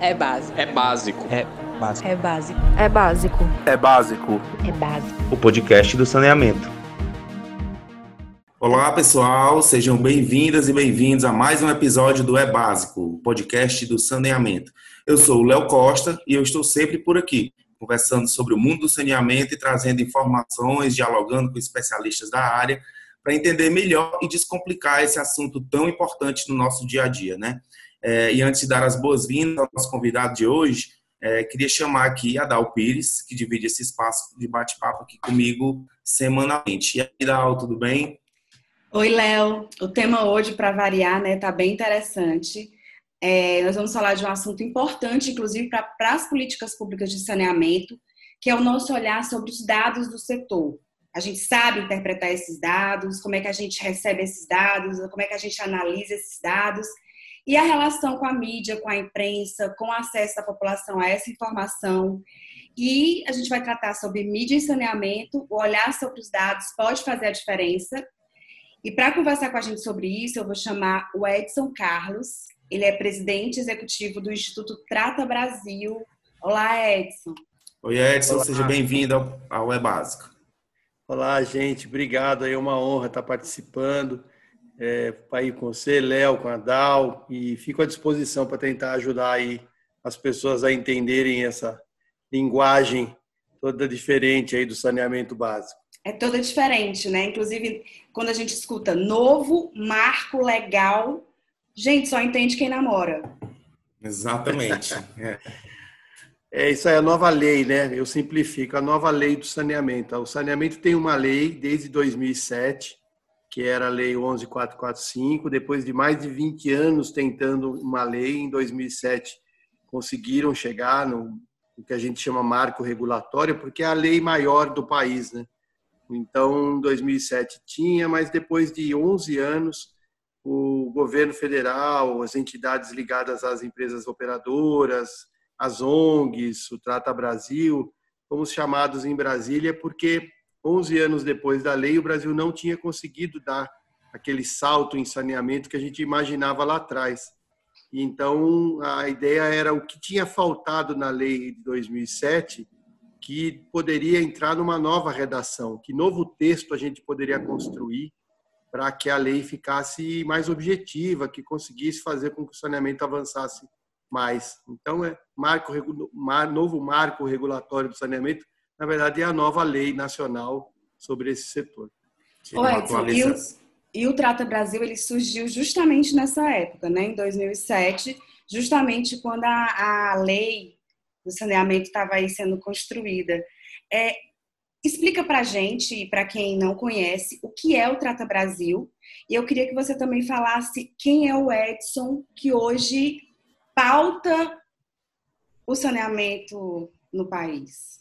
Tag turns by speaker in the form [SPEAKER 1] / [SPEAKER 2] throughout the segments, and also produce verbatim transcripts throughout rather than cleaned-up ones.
[SPEAKER 1] É básico.
[SPEAKER 2] É básico.
[SPEAKER 3] É básico.
[SPEAKER 4] É básico.
[SPEAKER 5] É básico.
[SPEAKER 6] É básico.
[SPEAKER 4] É básico.
[SPEAKER 7] O podcast do saneamento.
[SPEAKER 6] Olá, pessoal. Sejam bem-vindas e bem-vindos a mais um episódio do É Básico, o podcast do saneamento. Eu sou o Léo Costa e eu estou sempre por aqui, conversando sobre o mundo do saneamento e trazendo informações, dialogando com especialistas da área para entender melhor e descomplicar esse assunto tão importante no nosso dia a dia, né? É, e antes de dar as boas-vindas ao nosso convidado de hoje, é, queria chamar aqui a Dal Pires, que divide esse espaço de bate-papo aqui comigo semanalmente. E aí, Dal, tudo bem?
[SPEAKER 8] Oi, Léo. O tema hoje, para variar, né, tá bem interessante. É, nós vamos falar de um assunto importante, inclusive, para as políticas públicas de saneamento, que é o nosso olhar sobre os dados do setor. A gente sabe interpretar esses dados, como é que a gente recebe esses dados, como é que a gente analisa esses dados, e a relação com a mídia, com a imprensa, com o acesso da população a essa informação. E a gente vai tratar sobre mídia e saneamento, o olhar sobre os dados pode fazer a diferença. E para conversar com a gente sobre isso, eu vou chamar o Edson Carlos. Ele é presidente executivo do Instituto Trata Brasil. Olá, Edson.
[SPEAKER 6] Oi, Edson.
[SPEAKER 3] Olá.
[SPEAKER 6] Seja bem-vindo ao, ao É Básico.
[SPEAKER 3] Olá, gente. Obrigado. É uma honra estar participando. É, para ir com você, Léo, com a Dal, e fico à disposição para tentar ajudar aí as pessoas a entenderem essa linguagem toda diferente aí do saneamento básico.
[SPEAKER 8] É toda diferente, né? Inclusive, quando a gente escuta novo marco legal, gente, só entende quem namora.
[SPEAKER 6] Exatamente. é.
[SPEAKER 3] É, isso aí é a nova lei, né? Eu simplifico, a nova lei do saneamento. O saneamento tem uma lei desde dois mil e sete, que era a Lei onze mil quatrocentos e quarenta e cinco. Depois de mais de vinte anos tentando uma lei, em dois mil e sete conseguiram chegar no, no que a gente chama marco regulatório, porque é a lei maior do país, né? Então, em dois mil e sete tinha, mas depois de onze anos, o governo federal, as entidades ligadas às empresas operadoras, as O N Gs, o Trata Brasil, fomos chamados em Brasília porque onze anos depois da lei, o Brasil não tinha conseguido dar aquele salto em saneamento que a gente imaginava lá atrás. E então, a ideia era o que tinha faltado na lei de dois mil e sete, que poderia entrar numa nova redação, que novo texto a gente poderia construir para que a lei ficasse mais objetiva, que conseguisse fazer com que o saneamento avançasse mais. Então, é marco, novo marco regulatório do saneamento, na verdade, é a nova lei nacional sobre esse setor.
[SPEAKER 8] Ô, Edson, e, o, e o Trata Brasil ele surgiu justamente nessa época, né? Em dois mil e sete, justamente quando a, a lei do saneamento estava aí sendo construída. É, explica para a gente, e para quem não conhece, o que é o Trata Brasil. E eu queria que você também falasse quem é o Edson que hoje pauta o saneamento no país.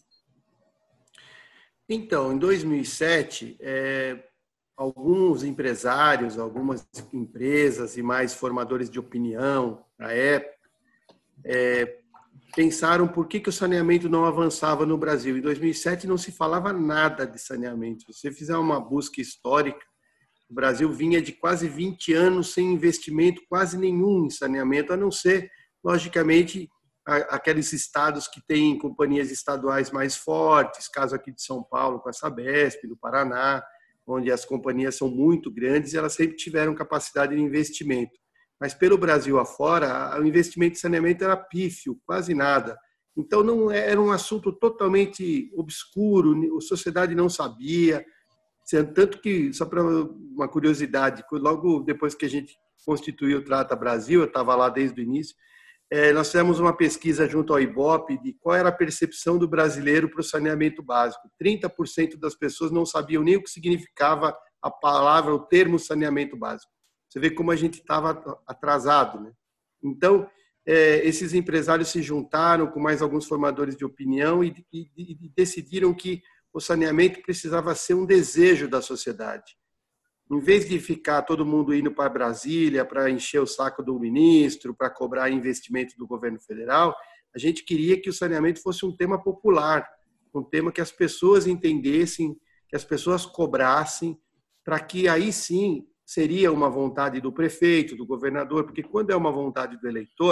[SPEAKER 3] Então, em dois mil e sete, é, alguns empresários, algumas empresas e mais formadores de opinião na época é, pensaram por que, que o saneamento não avançava no Brasil. Em dois mil e sete não se falava nada de saneamento. Se você fizer uma busca histórica, o Brasil vinha de quase vinte anos sem investimento quase nenhum em saneamento, a não ser, logicamente, aqueles estados que têm companhias estaduais mais fortes, caso aqui de São Paulo com a Sabesp, do Paraná, onde as companhias são muito grandes e elas sempre tiveram capacidade de investimento. Mas pelo Brasil afora, o investimento em saneamento era pífio, quase nada. Então não era um assunto totalmente obscuro, a sociedade não sabia, tanto que, só para uma curiosidade, logo depois que a gente constituiu o Trata Brasil, eu estava lá desde o início, nós fizemos uma pesquisa junto ao Ibope de qual era a percepção do brasileiro para o saneamento básico. trinta por cento das pessoas não sabiam nem o que significava a palavra, o termo saneamento básico. Você vê como a gente estava atrasado, né? Então, esses empresários se juntaram com mais alguns formadores de opinião e, e, e decidiram que o saneamento precisava ser um desejo da sociedade. Em vez de ficar todo mundo indo para Brasília para encher o saco do ministro, para cobrar investimento do governo federal, a gente queria que o saneamento fosse um tema popular, um tema que as pessoas entendessem, que as pessoas cobrassem, para que aí sim seria uma vontade do prefeito, do governador, porque quando é uma vontade do eleitor,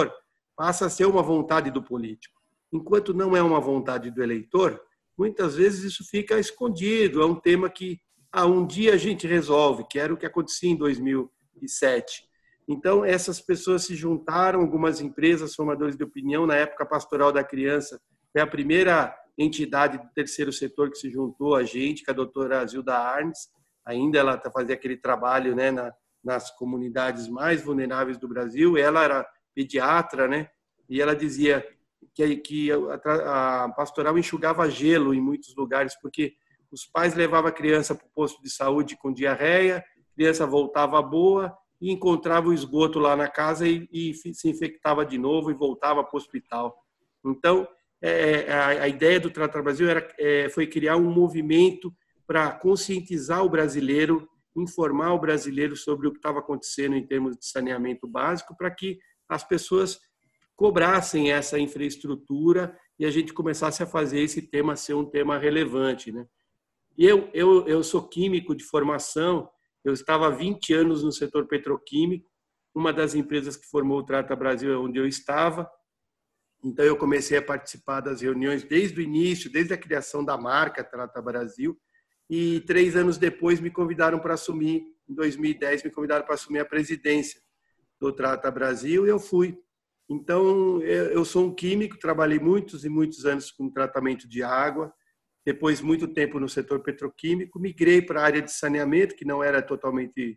[SPEAKER 3] passa a ser uma vontade do político. Enquanto não é uma vontade do eleitor, muitas vezes isso fica escondido, é um tema que ah, um dia a gente resolve, que era o que acontecia em dois mil e sete. Então, essas pessoas se juntaram, algumas empresas, formadores de opinião, na época a Pastoral da Criança foi a primeira entidade do terceiro setor que se juntou a gente, com a doutora Zilda Arnes, ainda ela fazia aquele trabalho, né, na, nas comunidades mais vulneráveis do Brasil, ela era pediatra, né, e ela dizia que, que a, a pastoral enxugava gelo em muitos lugares, porque os pais levavam a criança para o posto de saúde com diarreia, a criança voltava boa e encontrava o esgoto lá na casa e, e se infectava de novo e voltava para o hospital. Então, é, a, a ideia do Trata Brasil era, é, foi criar um movimento para conscientizar o brasileiro, informar o brasileiro sobre o que estava acontecendo em termos de saneamento básico, para que as pessoas cobrassem essa infraestrutura e a gente começasse a fazer esse tema ser um tema relevante, né? Eu, eu, eu sou químico de formação, eu estava há vinte anos no setor petroquímico, uma das empresas que formou o Trata Brasil é onde eu estava, então eu comecei a participar das reuniões desde o início, desde a criação da marca Trata Brasil, e três anos depois me convidaram para assumir, em dois mil e dez, me convidaram para assumir a presidência do Trata Brasil e eu fui. Então, eu sou um químico, trabalhei muitos e muitos anos com tratamento de água, depois muito tempo no setor petroquímico, migrei para a área de saneamento, que não era totalmente,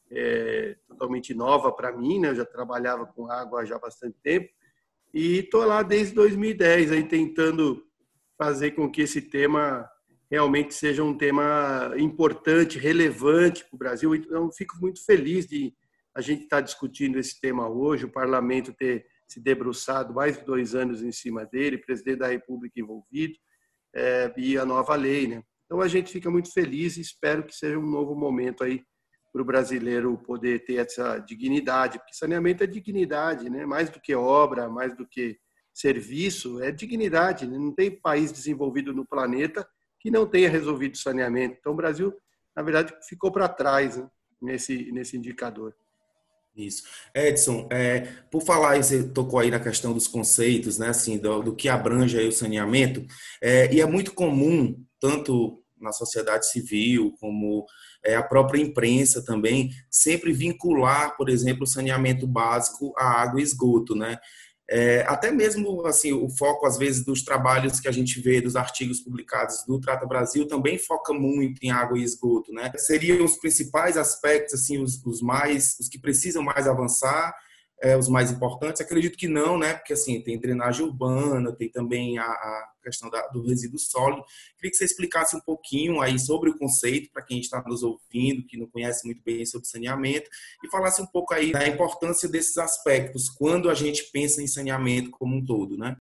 [SPEAKER 3] é, totalmente nova para mim, né? Eu já trabalhava com água já há bastante tempo, e estou lá desde dois mil e dez, aí, tentando fazer com que esse tema realmente seja um tema importante, relevante para o Brasil. Então, fico muito feliz de a gente estar discutindo esse tema hoje, o parlamento ter se debruçado mais de dois anos em cima dele, o presidente da República envolvido, é, e a nova lei, né? Então, a gente fica muito feliz e espero que seja um novo momento aí para o brasileiro poder ter essa dignidade, porque saneamento é dignidade, né? Mais do que obra, mais do que serviço, é dignidade, né? Não tem país desenvolvido no planeta que não tenha resolvido o saneamento. Então, o Brasil, na verdade, ficou para trás, né? nesse, nesse indicador.
[SPEAKER 6] Isso. Edson, é, por falar, você tocou aí na questão dos conceitos, né, assim, do, do que abrange aí o saneamento, é, e é muito comum, tanto na sociedade civil como é, a própria imprensa também, sempre vincular, por exemplo, o saneamento básico à água e esgoto, né? É, até mesmo assim, o foco, às vezes, dos trabalhos que a gente vê, dos artigos publicados do Trata Brasil, também foca muito em água e esgoto, né? Seriam os principais aspectos, assim, os, os mais, os que precisam mais avançar, é, os mais importantes? Acredito que não, né? Porque, assim, tem drenagem urbana, tem também a, a questão da, do resíduo sólido. Queria que você explicasse um pouquinho aí sobre o conceito, para quem está nos ouvindo, que não conhece muito bem sobre saneamento, e falasse um pouco aí da importância desses aspectos, quando a gente pensa em saneamento como um todo, né?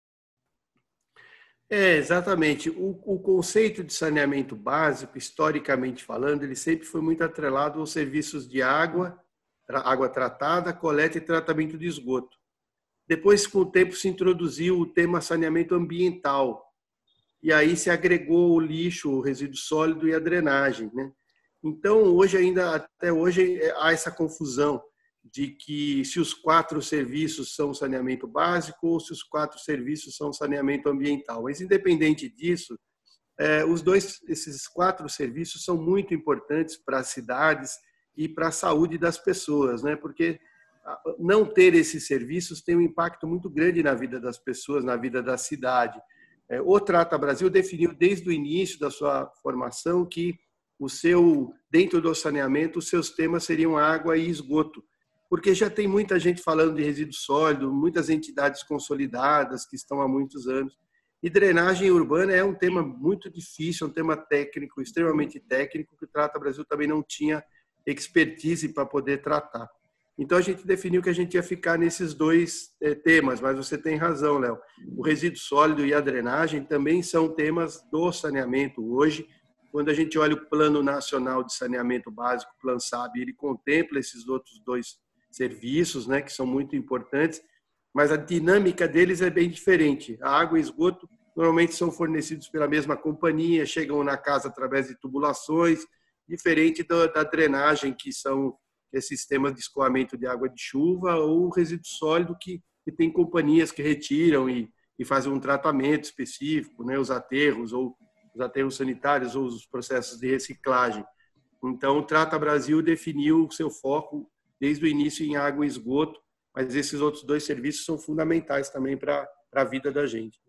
[SPEAKER 3] É, exatamente. O, o conceito de saneamento básico, historicamente falando, ele sempre foi muito atrelado aos serviços de água, água tratada, coleta e tratamento de esgoto. Depois, com o tempo, se introduziu o tema saneamento ambiental. E aí se agregou o lixo, o resíduo sólido e a drenagem, né? Então, hoje ainda, até hoje, há essa confusão de que se os quatro serviços são saneamento básico ou se os quatro serviços são saneamento ambiental. Mas, independente disso, os dois, esses quatro serviços são muito importantes para as cidades e para a saúde das pessoas, né? Porque não ter esses serviços tem um impacto muito grande na vida das pessoas, na vida da cidade. O Trata Brasil definiu desde o início da sua formação que o seu, dentro do saneamento, os seus temas seriam água e esgoto, porque já tem muita gente falando de resíduo sólido, muitas entidades consolidadas que estão há muitos anos. E drenagem urbana é um tema muito difícil, é um tema técnico, extremamente técnico, que o Trata Brasil também não tinha expertise para poder tratar. Então, a gente definiu que a gente ia ficar nesses dois temas, mas você tem razão, Léo. O resíduo sólido e a drenagem também são temas do saneamento hoje. Quando a gente olha o Plano Nacional de Saneamento Básico, o PlanSAB, ele contempla esses outros dois serviços, né, que são muito importantes, mas a dinâmica deles é bem diferente. A água e esgoto normalmente são fornecidos pela mesma companhia, chegam na casa através de tubulações, diferente da, da drenagem, que são esses sistemas de escoamento de água de chuva, ou o resíduo sólido, que e tem companhias que retiram e, e fazem um tratamento específico, né, os aterros ou os aterros sanitários ou os processos de reciclagem. Então, o Trata Brasil definiu o seu foco desde o início em água e esgoto, mas esses outros dois serviços são fundamentais também para a vida da gente.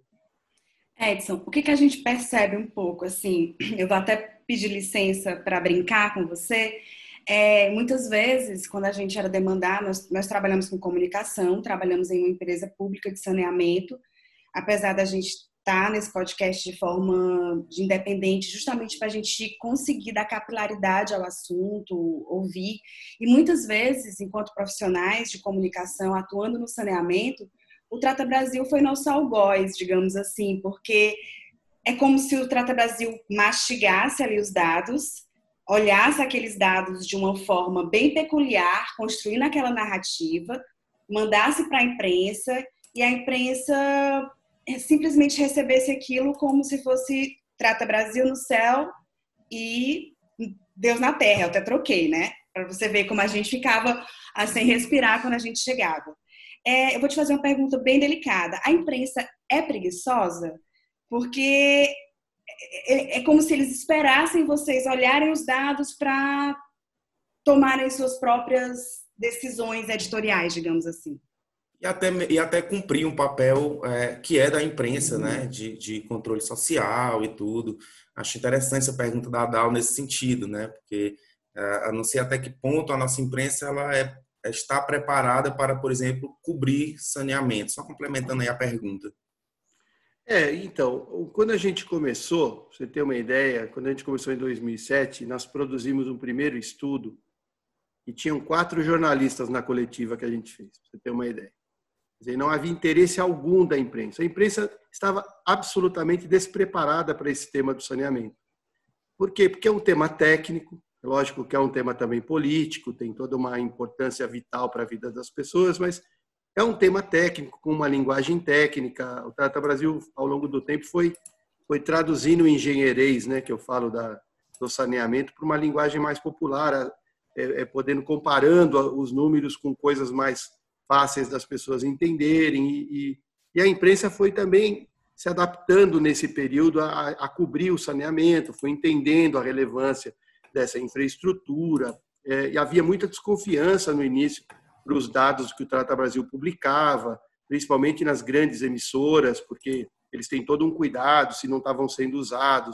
[SPEAKER 8] Edson, o que, que a gente percebe um pouco, assim, eu vou até pedir licença para brincar com você, é, muitas vezes, quando a gente era demandar, nós, nós trabalhamos com comunicação, trabalhamos em uma empresa pública de saneamento, apesar da gente estar nesse podcast de forma de independente, justamente para a gente conseguir dar capilaridade ao assunto, ouvir, e muitas vezes, enquanto profissionais de comunicação, atuando no saneamento, o Trata Brasil foi nosso algoz, digamos assim, porque é como se o Trata Brasil mastigasse ali os dados, olhasse aqueles dados de uma forma bem peculiar, construindo aquela narrativa, mandasse para a imprensa e a imprensa simplesmente recebesse aquilo como se fosse Trata Brasil no céu e Deus na terra. Eu até troquei, né? Para você ver como a gente ficava sem respirar quando a gente chegava. É, eu vou te fazer uma pergunta bem delicada. A imprensa é preguiçosa? Porque é, é como se eles esperassem vocês olharem os dados para tomarem suas próprias decisões editoriais, digamos assim.
[SPEAKER 6] E até, e até cumprir um papel é, que é da imprensa, né? De, de controle social e tudo. Acho interessante essa pergunta da Adal nesse sentido, né? Porque é, eu não sei até que ponto a nossa imprensa ela é está preparada para, por exemplo, cobrir saneamento. Só complementando aí a pergunta.
[SPEAKER 3] É, então, quando a gente começou, pra você ter uma ideia, quando a gente começou em dois mil e sete, nós produzimos um primeiro estudo e tinham quatro jornalistas na coletiva que a gente fez, para você ter uma ideia. Quer dizer, não havia interesse algum da imprensa. A imprensa estava absolutamente despreparada para esse tema do saneamento. Por quê? Porque é um tema técnico, lógico que é um tema também político, tem toda uma importância vital para a vida das pessoas, mas é um tema técnico, com uma linguagem técnica. O Trata Brasil, ao longo do tempo, foi, foi traduzindo o engenheirês, né, que eu falo da, do saneamento, para uma linguagem mais popular, é, é, podendo comparando os números com coisas mais fáceis das pessoas entenderem. E, e, e a imprensa foi também se adaptando nesse período a, a cobrir o saneamento, foi entendendo a relevância dessa infraestrutura, é, e havia muita desconfiança no início para os dados que o Trata Brasil publicava, principalmente nas grandes emissoras, porque eles têm todo um cuidado se não estavam sendo usados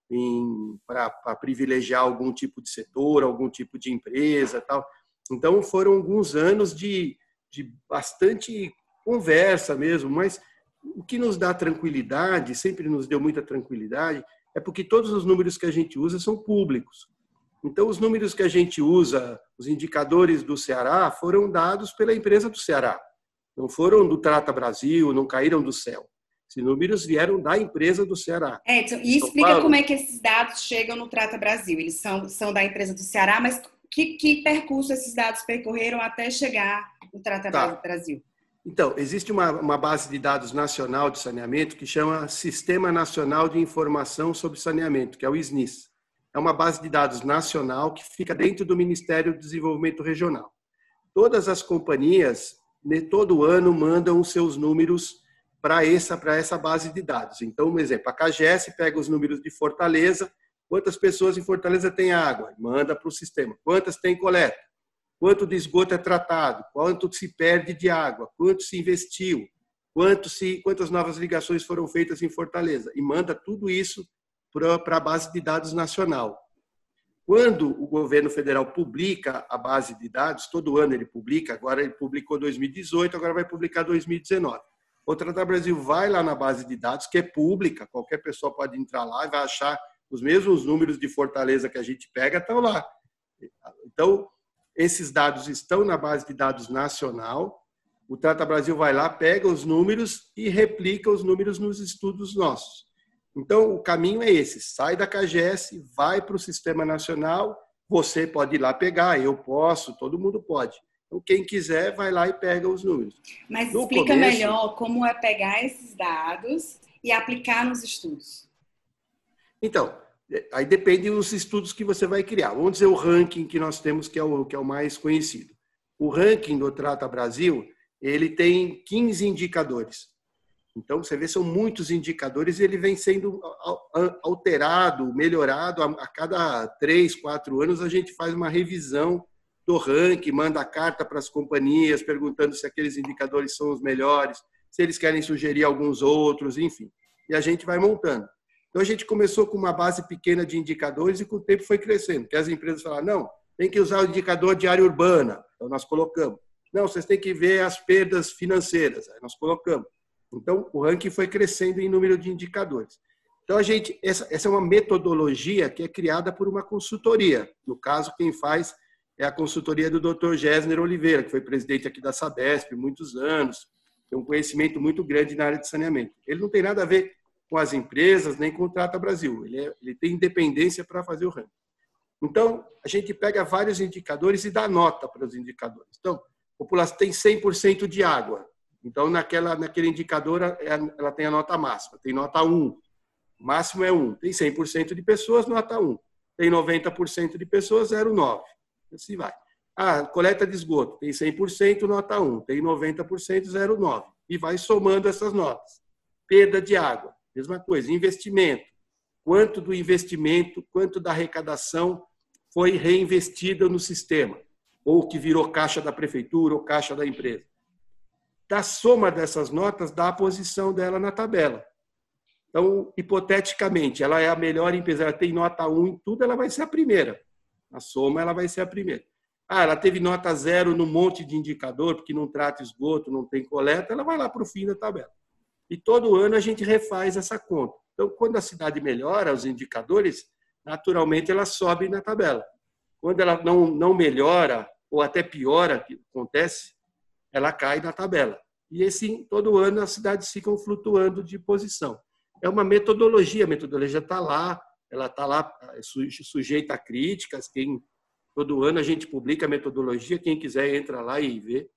[SPEAKER 3] para privilegiar algum tipo de setor, algum tipo de empresa, tal. Então foram alguns anos de, de bastante conversa mesmo, mas o que nos dá tranquilidade, sempre nos deu muita tranquilidade, é porque todos os números que a gente usa são públicos. Então, os números que a gente usa, os indicadores do Ceará, foram dados pela empresa do Ceará. Não foram do Trata Brasil, não caíram do céu. Esses números vieram da empresa do Ceará.
[SPEAKER 8] Edson, e explica como é que esses dados chegam no Trata Brasil. Eles são, são da empresa do Ceará, mas que, que percurso esses dados percorreram até chegar no Trata tá. Brasil?
[SPEAKER 3] Então, existe uma, uma base de dados nacional de saneamento que chama Sistema Nacional de Informação sobre Saneamento, que é o S N I S. É uma base de dados nacional que fica dentro do Ministério do Desenvolvimento Regional. Todas as companhias, todo ano, mandam os seus números para essa, para essa base de dados. Então, um exemplo, a CAGES pega os números de Fortaleza, quantas pessoas em Fortaleza têm água, manda para o sistema. Quantas têm coleta? Quanto de esgoto é tratado? Quanto se perde de água? Quanto se investiu? Quanto se, quantas novas ligações foram feitas em Fortaleza? E manda tudo isso para a base de dados nacional. Quando o governo federal publica a base de dados, todo ano ele publica, agora ele publicou dois mil e dezoito, agora vai publicar dois mil e dezenove. O Trata Brasil vai lá na base de dados, que é pública, qualquer pessoa pode entrar lá e vai achar os mesmos números de Fortaleza que a gente pega, estão lá. Então, esses dados estão na base de dados nacional, o Trata Brasil vai lá, pega os números e replica os números nos estudos nossos. Então, o caminho é esse, sai da CAGES, vai para o Sistema Nacional, você pode ir lá pegar, eu posso, todo mundo pode. Então, quem quiser, vai lá e pega os números.
[SPEAKER 8] Mas no explica começo, melhor como é pegar esses dados e aplicar nos estudos.
[SPEAKER 3] Então, aí depende dos estudos que você vai criar. Vamos dizer o ranking que nós temos, que é o, que é o mais conhecido. O ranking do Trata Brasil, ele tem quinze indicadores. Então, você vê, são muitos indicadores e ele vem sendo alterado, melhorado. A cada três, quatro anos, a gente faz uma revisão do ranking, manda carta para as companhias, perguntando se aqueles indicadores são os melhores, se eles querem sugerir alguns outros, enfim. E a gente vai montando. Então, a gente começou com uma base pequena de indicadores e com o tempo foi crescendo. Porque as empresas falaram, não, tem que usar o indicador de área urbana. Então, nós colocamos. Não, vocês têm que ver as perdas financeiras. Aí nós colocamos. Então, o ranking foi crescendo em número de indicadores. Então, a gente, essa, essa é uma metodologia que é criada por uma consultoria. No caso, quem faz é a consultoria do doutor Gessner Oliveira, que foi presidente aqui da Sabesp muitos anos, tem um conhecimento muito grande na área de saneamento. Ele não tem nada a ver com as empresas, nem com o Trata Brasil. Ele, é, ele tem independência para fazer o ranking. Então, a gente pega vários indicadores e dá nota para os indicadores. Então, a população tem cem por cento de água. Então, naquela, naquele indicador, ela tem a nota máxima. Tem nota um. O máximo é um. Tem cem por cento de pessoas, nota um. Tem noventa por cento de pessoas, zero vírgula nove. Assim vai. Ah, coleta de esgoto. Tem cem por cento, nota um. Tem noventa por cento, zero vírgula nove. E vai somando essas notas. Perda de água. Mesma coisa. Investimento. Quanto do investimento, quanto da arrecadação foi reinvestida no sistema. Ou que virou caixa da prefeitura ou caixa da empresa. Da soma dessas notas, dá a posição dela na tabela. Então, hipoteticamente, ela é a melhor empresa, ela tem nota um em tudo, ela vai ser a primeira. Na soma, ela vai ser a primeira. Ah, ela teve nota zero no monte de indicador, porque não trata esgoto, não tem coleta, ela vai lá para o fim da tabela. E todo ano a gente refaz essa conta. Então, quando a cidade melhora os indicadores, naturalmente ela sobe na tabela. Quando ela não, não melhora, ou até piora, que acontece, ela cai na tabela. E assim, todo ano as cidades ficam flutuando de posição. É uma metodologia, a metodologia está lá, ela está lá sujeita a críticas. Quem, todo ano a gente publica a metodologia, quem quiser entra lá e vê.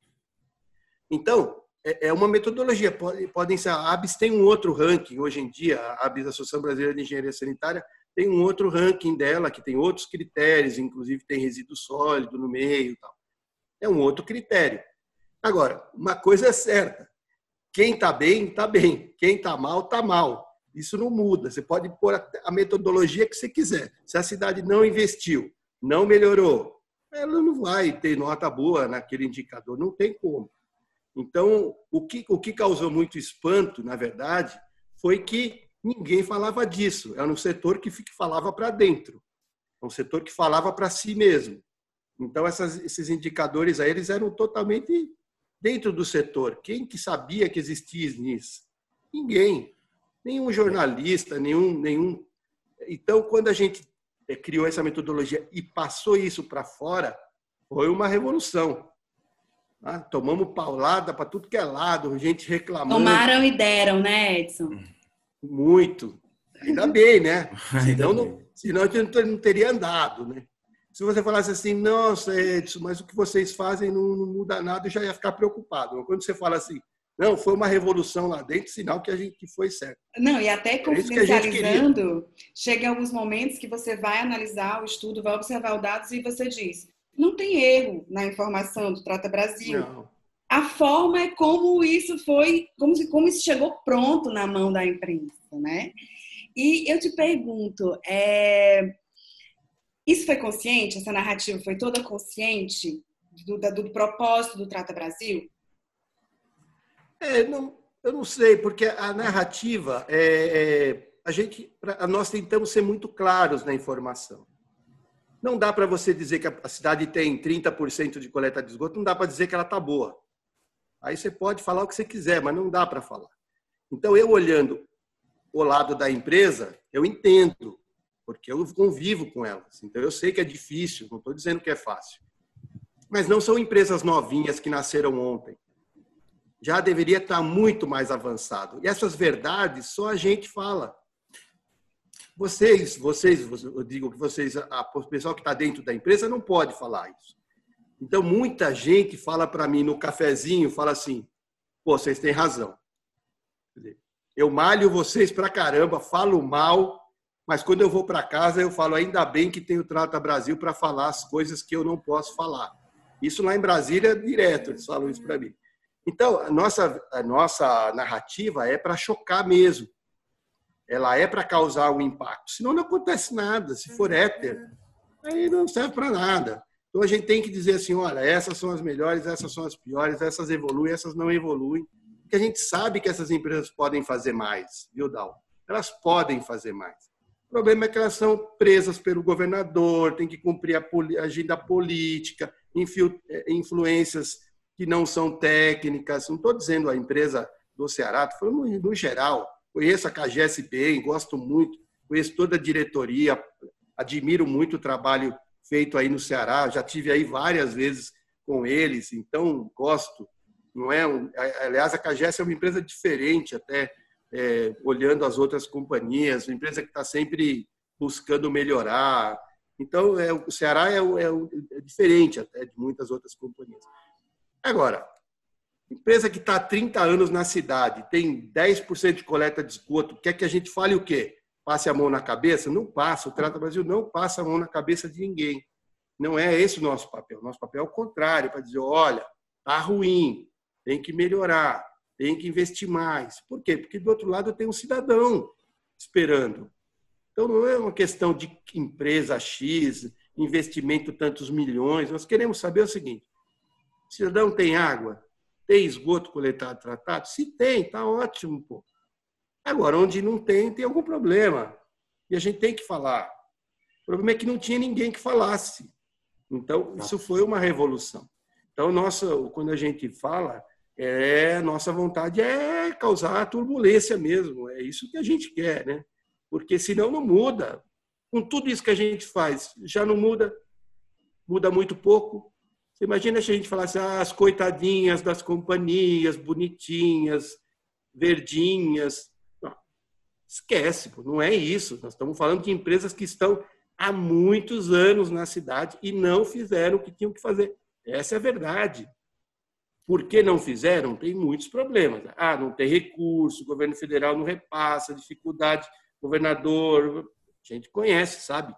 [SPEAKER 3] Então, é uma metodologia. Podem ser, a ABS tem um outro ranking hoje em dia, a ABS, a Associação Brasileira de Engenharia Sanitária, tem um outro ranking dela, que tem outros critérios, inclusive tem resíduo sólido no meio e tal. É um outro critério. Agora, uma coisa é certa, quem está bem, está bem. Quem está mal, está mal. Isso não muda. Você pode pôr a metodologia que você quiser. Se a cidade não investiu, não melhorou, ela não vai ter nota boa naquele indicador. Não tem como. Então, o que, o que causou muito espanto, na verdade, foi que ninguém falava disso. Era um setor que falava para dentro. É um setor que falava para si mesmo. Então, essas, esses indicadores aí, eles eram totalmente dentro do setor. Quem que sabia que existia isso? Ninguém. Nenhum jornalista, nenhum, nenhum. Então, quando a gente criou essa metodologia e passou isso para fora, foi uma revolução. Ah, tomamos paulada para tudo que é lado, gente reclamando.
[SPEAKER 8] Tomaram e deram, né, Edson?
[SPEAKER 3] Muito. Ainda bem, né? Senão, não, senão a gente não teria andado, né? Se você falasse assim, nossa, Edson, mas o que vocês fazem não, não muda nada, eu já ia ficar preocupado. Mas quando você fala assim, não, foi uma revolução lá dentro, sinal que a gente que foi certo.
[SPEAKER 8] Não, e até confidencializando, chega em alguns momentos que você vai analisar o estudo, vai observar os dados e você diz, não tem erro na informação do Trata Brasil.
[SPEAKER 3] Não.
[SPEAKER 8] A forma é como isso foi, como, como isso chegou pronto na mão da imprensa, né? E eu te pergunto, é... isso foi consciente? Essa narrativa foi toda consciente do, do, do propósito do Trata Brasil?
[SPEAKER 3] É, não, eu não sei, porque a narrativa, é, é, a gente, nós tentamos ser muito claros na informação. Não dá para você dizer que a cidade tem trinta por cento de coleta de esgoto, não dá para dizer que ela está boa. Aí você pode falar o que você quiser, mas não dá para falar. Então, eu olhando o lado da empresa, eu entendo, porque eu convivo com elas. Então, eu sei que é difícil, não estou dizendo que é fácil. Mas não são empresas novinhas que nasceram ontem. Já deveria estar muito mais avançado. E essas verdades só a gente fala. Vocês, vocês, eu digo que vocês, o pessoal que está dentro da empresa não pode falar isso. Então, muita gente fala para mim no cafezinho, fala assim, pô, vocês têm razão. Eu malho vocês pra caramba, falo mal, mas quando eu vou para casa, eu falo, ainda bem que tem o Trata Brasil para falar as coisas que eu não posso falar. Isso lá em Brasília, direto, eles falam isso para mim. Então, a nossa, a nossa narrativa é para chocar mesmo. Ela é para causar um impacto. Senão não acontece nada. Se for éter, aí não serve para nada. Então, a gente tem que dizer assim, olha, essas são as melhores, essas são as piores, essas evoluem, essas não evoluem. Porque a gente sabe que essas empresas podem fazer mais, viu, Dal? Elas podem fazer mais. O problema é que elas são presas pelo governador, tem que cumprir a agenda política, influências que não são técnicas. Não estou dizendo a empresa do Ceará, estou falando no geral. Conheço a CAGES bem, gosto muito, conheço toda a diretoria, admiro muito o trabalho feito aí no Ceará, já tive aí várias vezes com eles, então gosto. Não é um, aliás, a CAGES é uma empresa diferente até, é, olhando as outras companhias, uma empresa que está sempre buscando melhorar. Então, é, o Ceará é, é, é diferente até de muitas outras companhias. Agora, empresa que está há trinta anos na cidade, tem dez por cento de coleta de esgoto, quer que a gente fale o quê? Passe a mão na cabeça? Não passa. O Trata Brasil não passa a mão na cabeça de ninguém. Não é esse o nosso papel. Nosso papel é o contrário, para dizer, olha, está ruim, tem que melhorar, tem que investir mais. Por quê? Porque do outro lado tem um cidadão esperando. Então não é uma questão de empresa X, investimento tantos milhões. Nós queremos saber o seguinte, o cidadão tem água? Tem esgoto coletado e tratado? Se tem, está ótimo, pô. Agora, onde não tem, tem algum problema. E a gente tem que falar. O problema é que não tinha ninguém que falasse. Então, isso foi uma revolução. Então, nossa, quando a gente fala, é, nossa vontade é causar turbulência mesmo. É isso que a gente quer, né? Porque senão não muda. Com tudo isso que a gente faz, já não muda, muda muito pouco. Você imagina se a gente falasse, ah, as coitadinhas das companhias, bonitinhas, verdinhas. Não, esquece, pô, não é isso. Nós estamos falando de empresas que estão há muitos anos na cidade e não fizeram o que tinham que fazer. Essa é a verdade. Por que não fizeram? Tem muitos problemas. Ah, não tem recurso, o governo federal não repassa, dificuldade, governador, a gente conhece, sabe?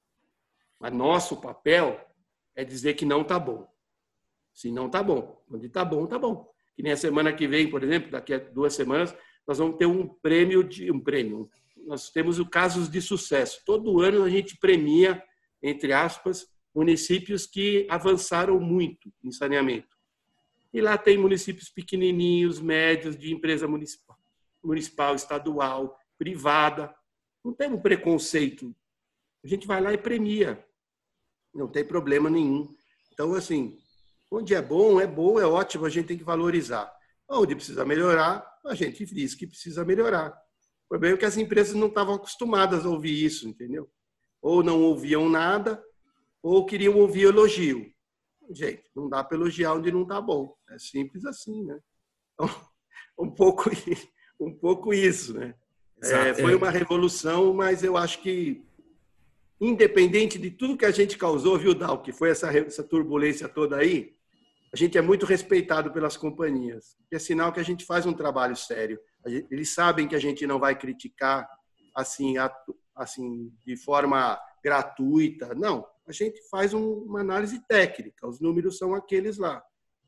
[SPEAKER 3] Mas nosso papel é dizer que não está bom. Se não está bom. Quando está bom, está bom. Que nem a semana que vem, por exemplo, daqui a duas semanas, nós vamos ter um prêmio, de, um prêmio. Nós temos o Casos de Sucesso. Todo ano a gente premia, entre aspas, municípios que avançaram muito em saneamento. E lá tem municípios pequenininhos, médios, de empresa municipal, municipal, estadual, privada. Não tem um preconceito. A gente vai lá e premia. Não tem problema nenhum. Então, assim, onde é bom, é bom, é ótimo, a gente tem que valorizar. Onde precisa melhorar, a gente diz que precisa melhorar. O problema é que as empresas não estavam acostumadas a ouvir isso, entendeu? Ou não ouviam nada, ou queriam ouvir elogio. Gente, não dá para elogiar onde não está bom. É simples assim, né? Então, um pouco, um pouco isso, né? É, foi uma revolução, mas eu acho que, independente de tudo que a gente causou, viu, Dal, que foi essa, essa turbulência toda aí, a gente é muito respeitado pelas companhias. É sinal que a gente faz um trabalho sério. Gente, eles sabem que a gente não vai criticar assim, assim de forma gratuita. Não, a gente faz um, uma análise técnica. Os números são aqueles lá.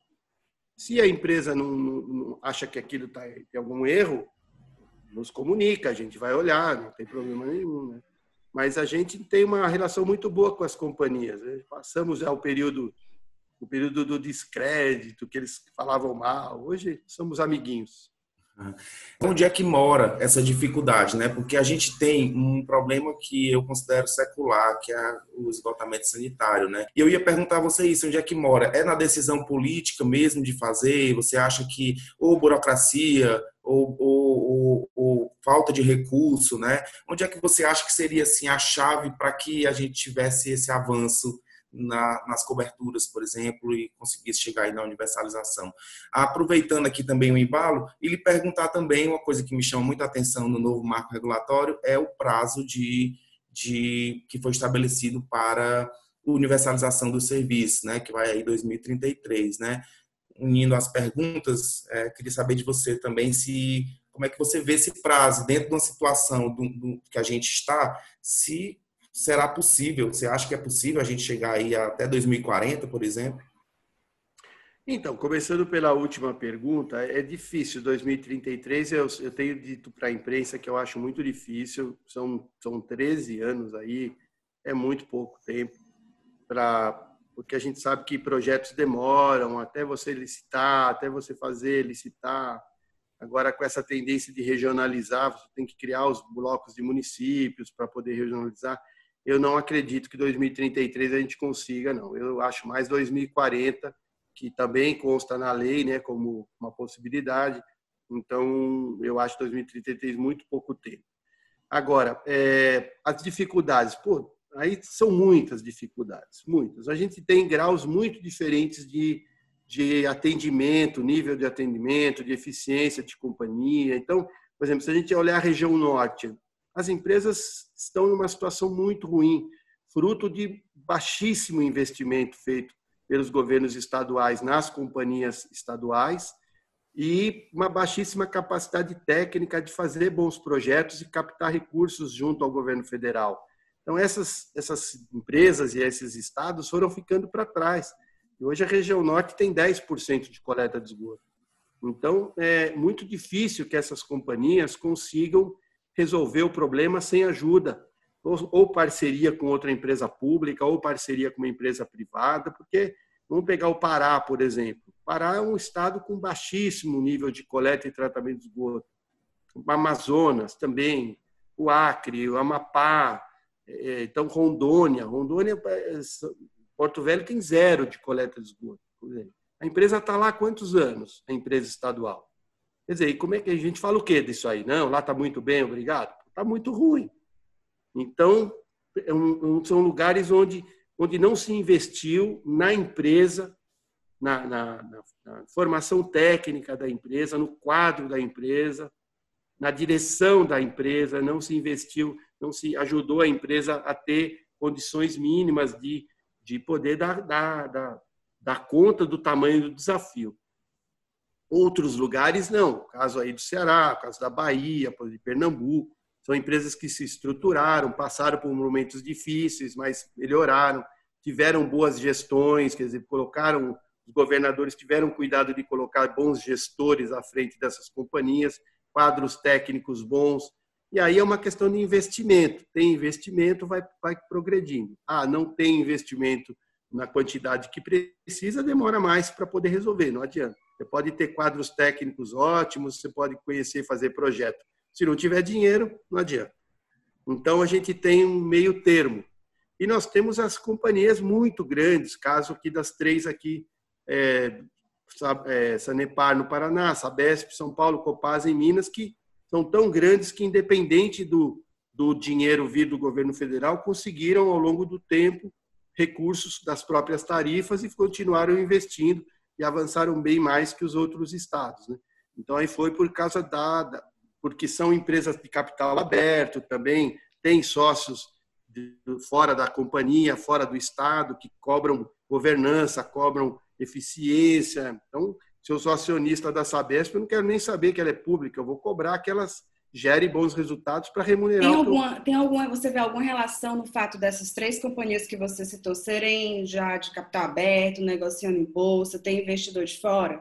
[SPEAKER 3] Se a empresa não, não acha que aquilo tá, tem algum erro, nos comunica, a gente vai olhar, não tem problema nenhum, né? Mas a gente tem uma relação muito boa com as companhias. Passamos já o período, o período do descrédito, que eles falavam mal. Hoje somos amiguinhos.
[SPEAKER 6] Onde é que mora essa dificuldade, né? Porque a gente tem um problema que eu considero secular, que é o esgotamento sanitário, né? E eu ia perguntar a você isso, onde é que mora? É na decisão política mesmo de fazer? Você acha que ou burocracia ou, ou, ou, ou falta de recurso, né? Onde é que você acha que seria assim a chave para que a gente tivesse esse avanço Na, nas coberturas, por exemplo, e conseguisse chegar aí na universalização? Aproveitando aqui também o embalo, e lhe perguntar também uma coisa que me chama muita atenção no novo marco regulatório, é o prazo de, de, que foi estabelecido para universalização dos serviços, né, que vai aí dois mil e trinta e três, né? Unindo as perguntas, é, queria saber de você também se, como é que você vê esse prazo dentro de uma situação do, do, que a gente está, se será possível? Você acha que é possível a gente chegar aí até dois mil e quarenta, por exemplo?
[SPEAKER 3] Então, começando pela última pergunta, é difícil. dois mil e trinta e três, eu, eu tenho dito para a imprensa que eu acho muito difícil. São, são treze anos aí, é muito pouco tempo, pra, porque a gente sabe que projetos demoram até você licitar, até você fazer, licitar. Agora, com essa tendência de regionalizar, você tem que criar os blocos de municípios para poder regionalizar. Eu não acredito que dois mil e trinta e três a gente consiga, não. Eu acho mais dois mil e quarenta, que também consta na lei, né, como uma possibilidade. Então, eu acho dois mil e trinta e três muito pouco tempo. Agora, é, as dificuldades, pô, aí são muitas dificuldades, muitas. A gente tem graus muito diferentes de, de atendimento, nível de atendimento, de eficiência de companhia. Então, por exemplo, se a gente olhar a região norte, as empresas estão em uma situação muito ruim, fruto de baixíssimo investimento feito pelos governos estaduais nas companhias estaduais e uma baixíssima capacidade técnica de fazer bons projetos e captar recursos junto ao governo federal. Então, essas, essas empresas e esses estados foram ficando para trás. E hoje a região norte tem dez por cento de coleta de esgoto. Então, é muito difícil que essas companhias consigam resolver o problema sem ajuda, ou, ou parceria com outra empresa pública, ou parceria com uma empresa privada, porque vamos pegar o Pará, por exemplo. O Pará é um estado com baixíssimo nível de coleta e tratamento de esgoto. O Amazonas também, o Acre, o Amapá, então Rondônia. Rondônia, Porto Velho tem zero de coleta de esgoto. A empresa está lá há quantos anos, a empresa estadual? Quer dizer, e como é que a gente fala o quê disso aí? Não, lá está muito bem, obrigado. Está muito ruim. Então, são lugares onde, onde não se investiu na empresa, na, na, na, na formação técnica da empresa, no quadro da empresa, na direção da empresa, não se investiu, não se ajudou a empresa a ter condições mínimas de, de poder dar, dar, dar, dar conta do tamanho do desafio. Outros lugares, não. O caso aí do Ceará, o caso da Bahia, de Pernambuco, são empresas que se estruturaram, passaram por momentos difíceis, mas melhoraram, tiveram boas gestões, quer dizer, colocaram, os governadores tiveram cuidado de colocar bons gestores à frente dessas companhias, quadros técnicos bons, e aí é uma questão de investimento. Tem investimento, vai, vai progredindo. Ah, não tem investimento na quantidade que precisa, demora mais para poder resolver, não adianta. Você pode ter quadros técnicos ótimos, você pode conhecer e fazer projeto. Se não tiver dinheiro, não adianta. Então, a gente tem um meio termo. E nós temos as companhias muito grandes, caso aqui das três aqui, é, é, Sanepar no Paraná, Sabesp, São Paulo, Copasa em Minas, que são tão grandes que, independente do, do dinheiro vir do governo federal, conseguiram, ao longo do tempo, recursos das próprias tarifas e continuaram investindo e avançaram bem mais que os outros estados, né? Então, aí foi por causa da, da... porque são empresas de capital aberto também, tem sócios de, fora da companhia, fora do estado, que cobram governança, cobram eficiência. Então, se eu sou acionista da Sabesp, eu não quero nem saber que ela é pública, eu vou cobrar que elas gerem bons resultados para remunerar.
[SPEAKER 8] Tem alguma, tem alguma, você vê alguma relação no fato dessas três companhias que você citou serem já de capital aberto, negociando em bolsa, tem investidor de fora?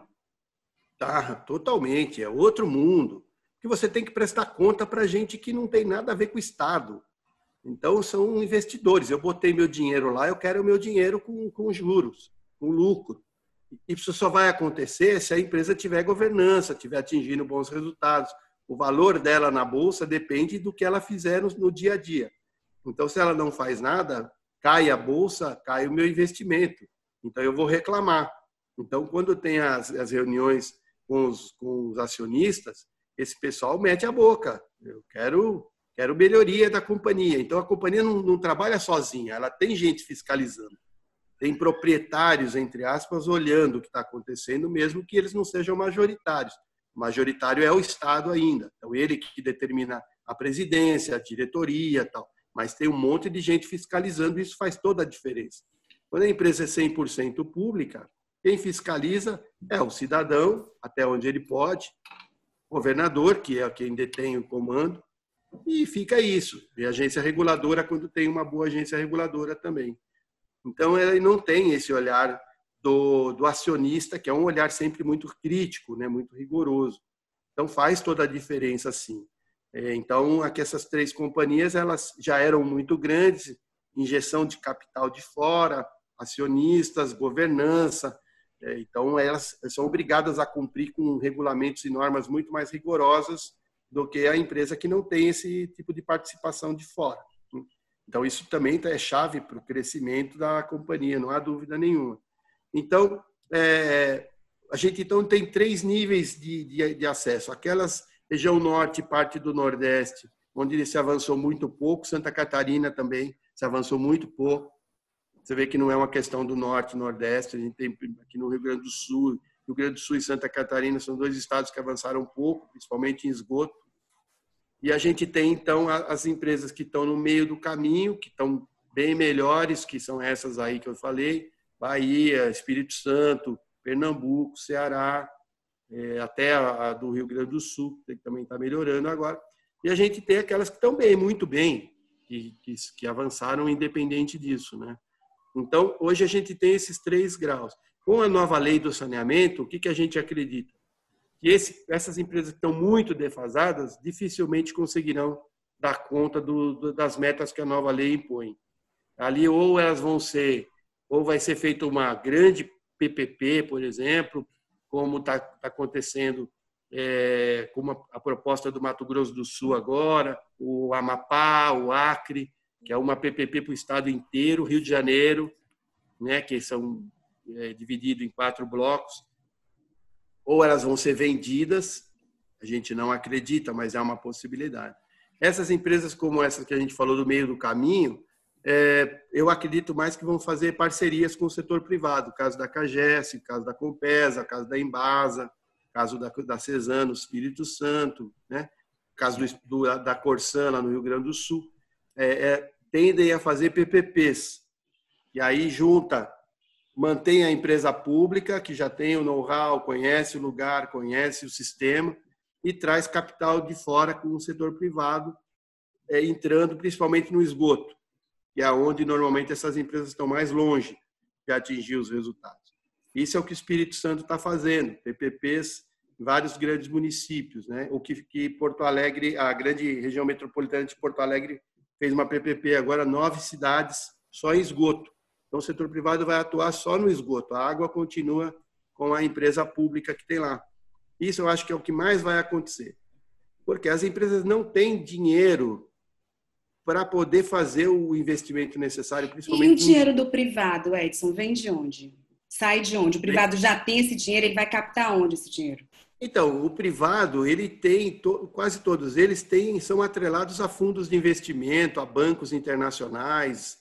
[SPEAKER 3] Tá, totalmente, é outro mundo. Que você tem que prestar conta para gente que não tem nada a ver com o Estado. Então, são investidores. Eu botei meu dinheiro lá, eu quero o meu dinheiro com, com juros, com lucro. E isso só vai acontecer se a empresa tiver governança, tiver atingindo bons resultados. O valor dela na bolsa depende do que ela fizer no, no dia a dia. Então, se ela não faz nada, cai a bolsa, cai o meu investimento. Então, eu vou reclamar. Então, quando tem as, as reuniões com os, com os acionistas, esse pessoal mete a boca. Eu quero, quero melhoria da companhia. Então, a companhia não, não trabalha sozinha, ela tem gente fiscalizando. Tem proprietários, entre aspas, olhando o que está acontecendo, mesmo que eles não sejam majoritários. O majoritário é o Estado ainda. Então, ele que determina a presidência, a diretoria e tal. Mas tem um monte de gente fiscalizando, e isso faz toda a diferença. Quando a empresa é cem por cento pública, quem fiscaliza é o cidadão, até onde ele pode, o governador, que é quem detém o comando, e fica isso. E a agência reguladora, quando tem uma boa agência reguladora também. Então, ela não tem esse olhar do, do acionista, que é um olhar sempre muito crítico, né, muito rigoroso. Então, faz toda a diferença, sim. Então, aqui essas três companhias, elas já eram muito grandes, injeção de capital de fora, acionistas, governança. Então, elas são obrigadas a cumprir com regulamentos e normas muito mais rigorosas do que a empresa que não tem esse tipo de participação de fora. Então, isso também é chave para o crescimento da companhia, não há dúvida nenhuma. Então, é, a gente então tem três níveis de, de, de acesso. Aquelas região norte e parte do nordeste, onde se avançou muito pouco. Santa Catarina também se avançou muito pouco. Você vê que não é uma questão do norte e nordeste. A gente tem aqui no Rio Grande do Sul, Rio Grande do Sul e Santa Catarina são dois estados que avançaram pouco, principalmente em esgoto. E a gente tem, então, as empresas que estão no meio do caminho, que estão bem melhores, que são essas aí que eu falei, Bahia, Espírito Santo, Pernambuco, Ceará, é, até a, a do Rio Grande do Sul, que também está melhorando agora. E a gente tem aquelas que estão bem, muito bem, que, que, que avançaram independente disso, né? Então, hoje a gente tem esses três graus. Com a nova lei do saneamento, o que, que a gente acredita? Que esse, essas empresas que estão muito defasadas dificilmente conseguirão dar conta do, do, das metas que a nova lei impõe. Ali ou elas vão ser, ou vai ser feita uma grande P P P, por exemplo, como está tá acontecendo é, com a, a proposta do Mato Grosso do Sul agora, o Amapá, o Acre, que é uma P P P para o estado inteiro, Rio de Janeiro, né, que são é, divididos em quatro blocos. Ou elas vão ser vendidas, a gente não acredita, mas é uma possibilidade. Essas empresas como essa que a gente falou do meio do caminho, é, eu acredito mais que vão fazer parcerias com o setor privado, caso da CAGES, caso da Compesa, caso da Embasa, caso da, da Cesano, Espírito Santo, né? Caso do, do, da Corsan, lá no Rio Grande do Sul, é, é, tendem a fazer P P Ps, e aí junta, mantém a empresa pública, que já tem o know-how, conhece o lugar, conhece o sistema, e traz capital de fora com o setor privado, é, entrando principalmente no esgoto, que é onde normalmente essas empresas estão mais longe de atingir os resultados. Isso é o que o Espírito Santo está fazendo, P P Ps em vários grandes municípios, né? O que, que Porto Alegre, a grande região metropolitana de Porto Alegre, fez uma P P P agora, nove cidades só em esgoto. Então, o setor privado vai atuar só no esgoto. A água continua com a empresa pública que tem lá. Isso eu acho que é o que mais vai acontecer. Porque as empresas não têm dinheiro para poder fazer o investimento necessário, principalmente...
[SPEAKER 8] E o dinheiro do privado, Edson, vem de onde? Sai de onde? O privado já tem esse dinheiro, ele vai captar onde esse dinheiro?
[SPEAKER 3] Então, o privado, ele tem, quase todos eles têm, são atrelados a fundos de investimento, a bancos internacionais.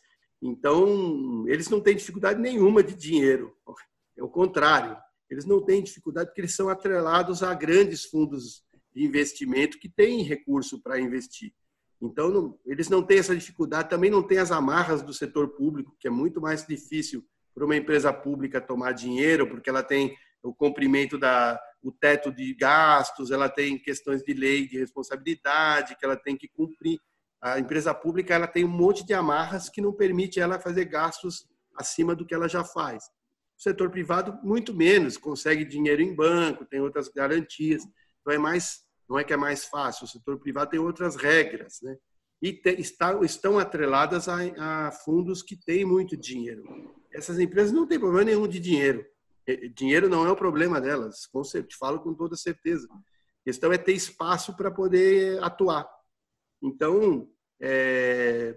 [SPEAKER 3] Então, eles não têm dificuldade nenhuma de dinheiro. É o contrário. Eles não têm dificuldade porque eles são atrelados a grandes fundos de investimento que têm recurso para investir. Então, não, eles não têm essa dificuldade. Também não têm as amarras do setor público, que é muito mais difícil para uma empresa pública tomar dinheiro, porque ela tem o cumprimento da o teto de gastos, ela tem questões de lei de responsabilidade que ela tem que cumprir. A empresa pública ela tem um monte de amarras que não permite ela fazer gastos acima do que ela já faz. O setor privado, muito menos, consegue dinheiro em banco, tem outras garantias. Então, é mais, não é que é mais fácil, o setor privado tem outras regras, né? E te, está, estão atreladas a, a fundos que têm muito dinheiro. Essas empresas não têm problema nenhum de dinheiro. Dinheiro não é o problema delas, te falo com toda certeza. A questão é ter espaço para poder atuar. Então, é,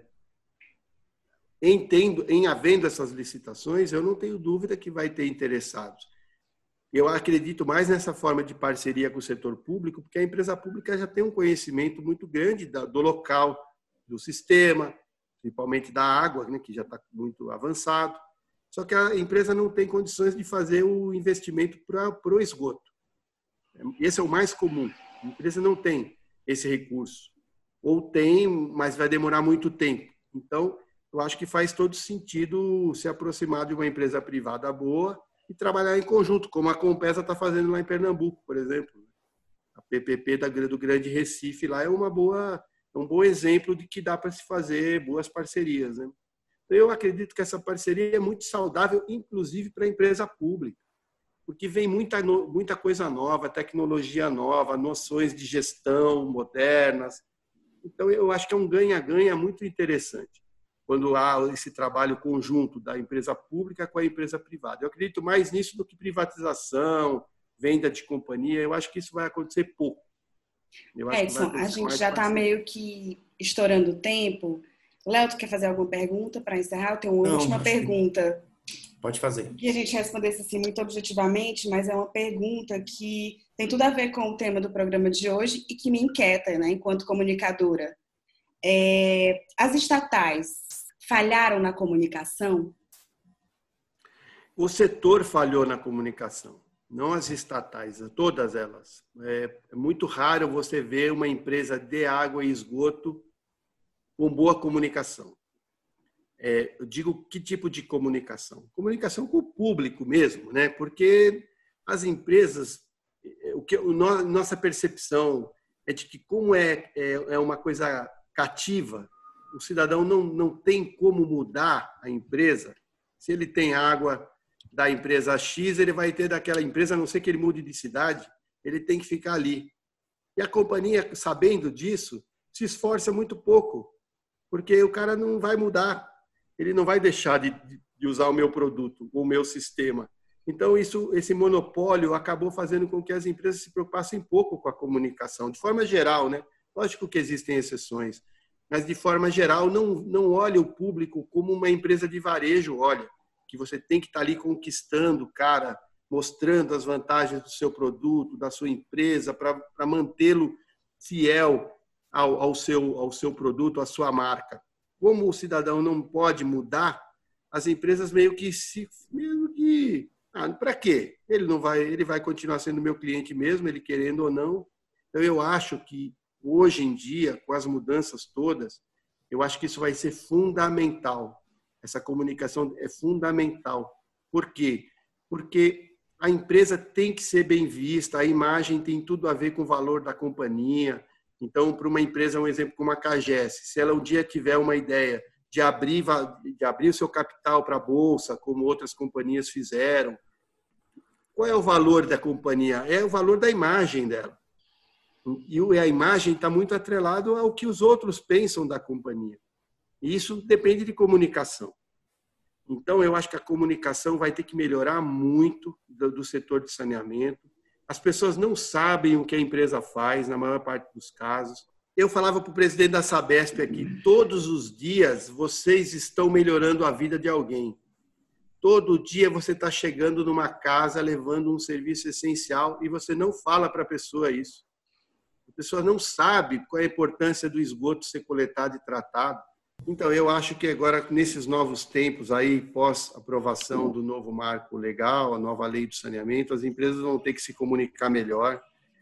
[SPEAKER 3] em, tendo, em havendo essas licitações, eu não tenho dúvida que vai ter interessados. Eu acredito mais nessa forma de parceria com o setor público, porque a empresa pública já tem um conhecimento muito grande do local, do sistema, principalmente da água, né, que já está muito avançado. Só que a empresa não tem condições de fazer o investimento para o esgoto. Esse é o mais comum. A empresa não tem esse recurso. Ou tem, mas vai demorar muito tempo. Então, eu acho que faz todo sentido se aproximar de uma empresa privada boa e trabalhar em conjunto, como a Compesa está fazendo lá em Pernambuco, por exemplo. A P P P do Grande Recife lá é uma boa, é um bom exemplo de que dá para se fazer boas parcerias, né? Eu acredito que essa parceria é muito saudável, inclusive para a empresa pública, porque vem muita, muita coisa nova, tecnologia nova, noções de gestão modernas. Então, eu acho que é um ganha-ganha muito interessante quando há esse trabalho conjunto da empresa pública com a empresa privada. Eu acredito mais nisso do que privatização, venda de companhia. Eu acho que isso vai acontecer pouco. Eu acho
[SPEAKER 8] Edson,
[SPEAKER 3] que vai
[SPEAKER 8] a gente já está
[SPEAKER 3] parceria.
[SPEAKER 8] meio que estourando o tempo. Léo, tu quer fazer alguma pergunta para encerrar? Eu tenho uma
[SPEAKER 6] Não,
[SPEAKER 8] última
[SPEAKER 6] acho que-
[SPEAKER 8] pergunta.
[SPEAKER 6] Pode fazer.
[SPEAKER 8] Que a gente respondesse assim muito objetivamente, mas é uma pergunta que tem tudo a ver com o tema do programa de hoje e que me inquieta, né, enquanto comunicadora. É, as estatais falharam na comunicação?
[SPEAKER 3] O setor falhou na comunicação, não as estatais, todas elas. É muito raro você ver uma empresa de água e esgoto com boa comunicação. É, eu digo que tipo de comunicação? Comunicação com o público mesmo, né? Porque as empresas, o que o no, nossa percepção é de que como é, é, é uma coisa cativa, o cidadão não, não tem como mudar a empresa. Se ele tem água da empresa X, ele vai ter daquela empresa, a não ser que ele mude de cidade, ele tem que ficar ali. E a companhia, sabendo disso, se esforça muito pouco, porque o cara não vai mudar, ele não vai deixar de, de usar o meu produto, o meu sistema. Então, isso, esse monopólio acabou fazendo com que as empresas se preocupassem pouco com a comunicação, de forma geral, né? Lógico que existem exceções, mas de forma geral, não, não olha o público como uma empresa de varejo, olha, que você tem que estar ali conquistando o cara, mostrando as vantagens do seu produto, da sua empresa, para mantê-lo fiel ao, ao, seu, ao seu produto, à sua marca. Como o cidadão não pode mudar, as empresas meio que se... Meio que, ah, para quê? Ele, não vai, ele vai continuar sendo meu cliente mesmo, ele querendo ou não. Então, eu acho que, hoje em dia, com as mudanças todas, eu acho que isso vai ser fundamental. Essa comunicação é fundamental. Por quê? Porque a empresa tem que ser bem vista, a imagem tem tudo a ver com o valor da companhia. Então, para uma empresa, um exemplo como a Cagesse, se ela um dia tiver uma ideia de abrir, de abrir o seu capital para a Bolsa, como outras companhias fizeram, qual é o valor da companhia? É o valor da imagem dela. E a imagem está muito atrelada ao que os outros pensam da companhia. E isso depende de comunicação. Então, eu acho que a comunicação vai ter que melhorar muito do, do setor de saneamento. As pessoas não sabem o que a empresa faz, na maior parte dos casos. Eu falava para o presidente da Sabesp aqui, todos os dias vocês estão melhorando a vida de alguém. Todo dia você está chegando numa casa, levando um serviço essencial e você não fala para a pessoa isso. A pessoa não sabe qual é a importância do esgoto ser coletado e tratado. Então, eu acho que agora, nesses novos tempos, aí pós-aprovação do novo marco legal, a nova lei do saneamento, as empresas vão ter que se comunicar melhor.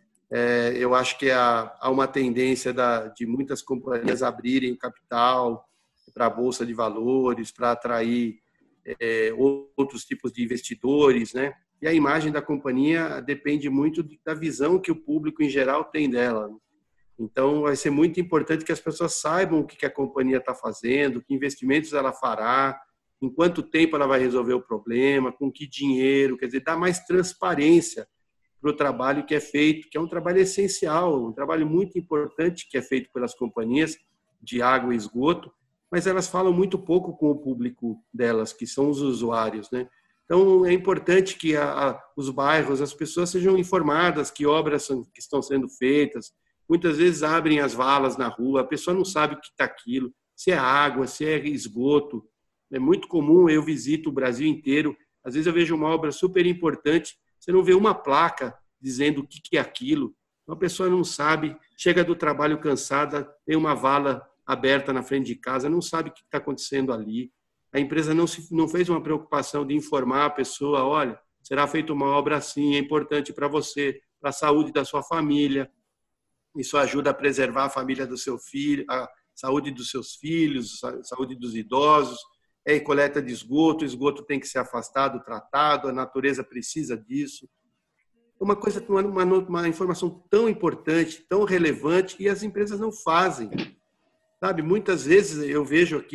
[SPEAKER 3] É, eu acho que há, há uma tendência da, de muitas companhias abrirem capital para a Bolsa de Valores, para atrair é, outros tipos de investidores, né? E a imagem da companhia depende muito da visão que o público, em geral, tem dela. Então, vai ser muito importante que as pessoas saibam o que a companhia está fazendo, que investimentos ela fará, em quanto tempo ela vai resolver o problema, com que dinheiro, quer dizer, dar mais transparência para o trabalho que é feito, que é um trabalho essencial, um trabalho muito importante que é feito pelas companhias de água e esgoto, mas elas falam muito pouco com o público delas, que são os usuários, né? Então, é importante que a, a, os bairros, as pessoas sejam informadas que obras são, que estão sendo feitas. Muitas vezes abrem as valas na rua, a pessoa não sabe o que está aquilo, se é água, se é esgoto. É muito comum, eu visito o Brasil inteiro, às vezes eu vejo uma obra super importante, você não vê uma placa dizendo o que é aquilo. Uma pessoa não sabe, chega do trabalho cansada, tem uma vala aberta na frente de casa, não sabe o que está acontecendo ali. A empresa não, se, não fez uma preocupação de informar a pessoa, olha, será feita uma obra assim, é importante para você, para a saúde da sua família. Isso ajuda a preservar a família do seu filho, a saúde dos seus filhos, a saúde dos idosos. É coleta de esgoto, o esgoto tem que ser afastado, tratado, a natureza precisa disso. Uma coisa, uma, uma, uma informação tão importante, tão relevante, e as empresas não fazem. Sabe, muitas vezes eu vejo aqui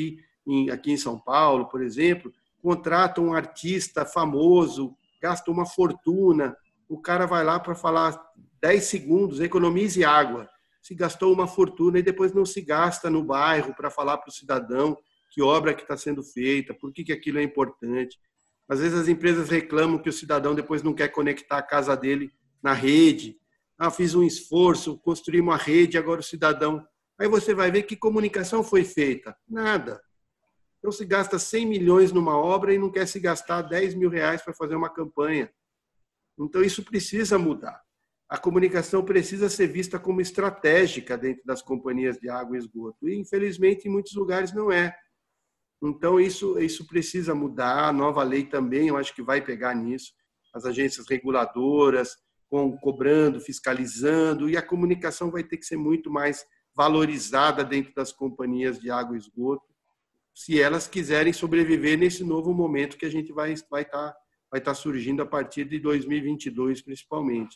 [SPEAKER 3] em, aqui em São Paulo, por exemplo, contratam um artista famoso, gastam uma fortuna, o cara vai lá para falar dez segundos, economize água. Se gastou uma fortuna e depois não se gasta no bairro para falar para o cidadão que obra que está sendo feita, por que, que aquilo é importante. Às vezes as empresas reclamam que o cidadão depois não quer conectar a casa dele na rede. Ah, fiz um esforço, construí uma rede, agora o cidadão... Aí você vai ver que comunicação foi feita. Nada. Então se gasta cem milhões numa obra e não quer se gastar dez mil reais para fazer uma campanha. Então isso precisa mudar. A comunicação precisa ser vista como estratégica dentro das companhias de água e esgoto. E, infelizmente, em muitos lugares não é. Então, isso, isso precisa mudar. A nova lei também, eu acho que vai pegar nisso. As agências reguladoras, com, cobrando, fiscalizando, e a comunicação vai ter que ser muito mais valorizada dentro das companhias de água e esgoto, se elas quiserem sobreviver nesse novo momento que a gente vai estar vai tá, vai tá surgindo a partir de dois mil e vinte e dois, principalmente.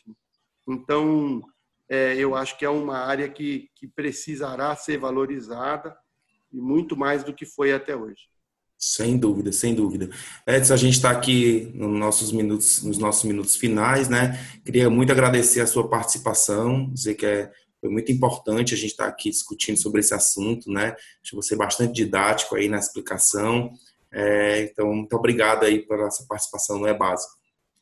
[SPEAKER 3] Então, é, eu acho que é uma área que, que precisará ser valorizada e muito mais do que foi até hoje.
[SPEAKER 6] Sem dúvida, sem dúvida. Edson, a gente está aqui nos nossos minutos, nos nossos minutos finais, né? Queria muito agradecer a sua participação, dizer que é, foi muito importante a gente estar aqui discutindo sobre esse assunto, né? Acho você bastante didático aí na explicação. É, então, muito obrigado aí pela essa participação no É Básico.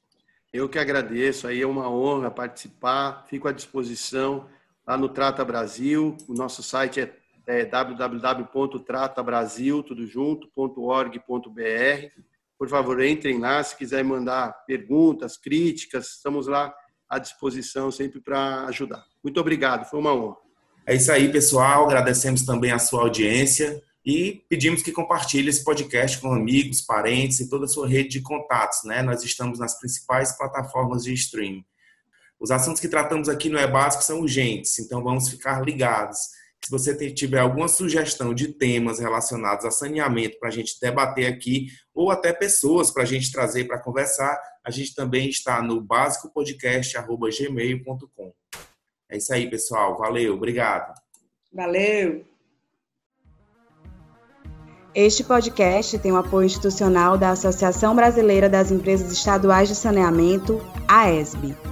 [SPEAKER 3] Eu que agradeço, aí é uma honra participar, fico à disposição lá no Trata Brasil, o nosso site é, é w w w ponto trata brasil tudo junto ponto org ponto b r. Por favor, entrem lá, se quiserem mandar perguntas, críticas, estamos lá à disposição sempre para ajudar. Muito obrigado, foi uma honra.
[SPEAKER 6] É isso aí, pessoal, agradecemos também a sua audiência. E pedimos que compartilhe esse podcast com amigos, parentes e toda a sua rede de contatos, né? Nós estamos nas principais plataformas de streaming. Os assuntos que tratamos aqui no É Básico são urgentes, então vamos ficar ligados. Se você tiver alguma sugestão de temas relacionados a saneamento para a gente debater aqui, ou até pessoas para a gente trazer para conversar, a gente também está no básico podcast arroba gmail ponto com. É isso aí, pessoal. Valeu, obrigado.
[SPEAKER 8] Valeu!
[SPEAKER 1] Este podcast tem o apoio institucional da Associação Brasileira das Empresas Estaduais de Saneamento, A E S B.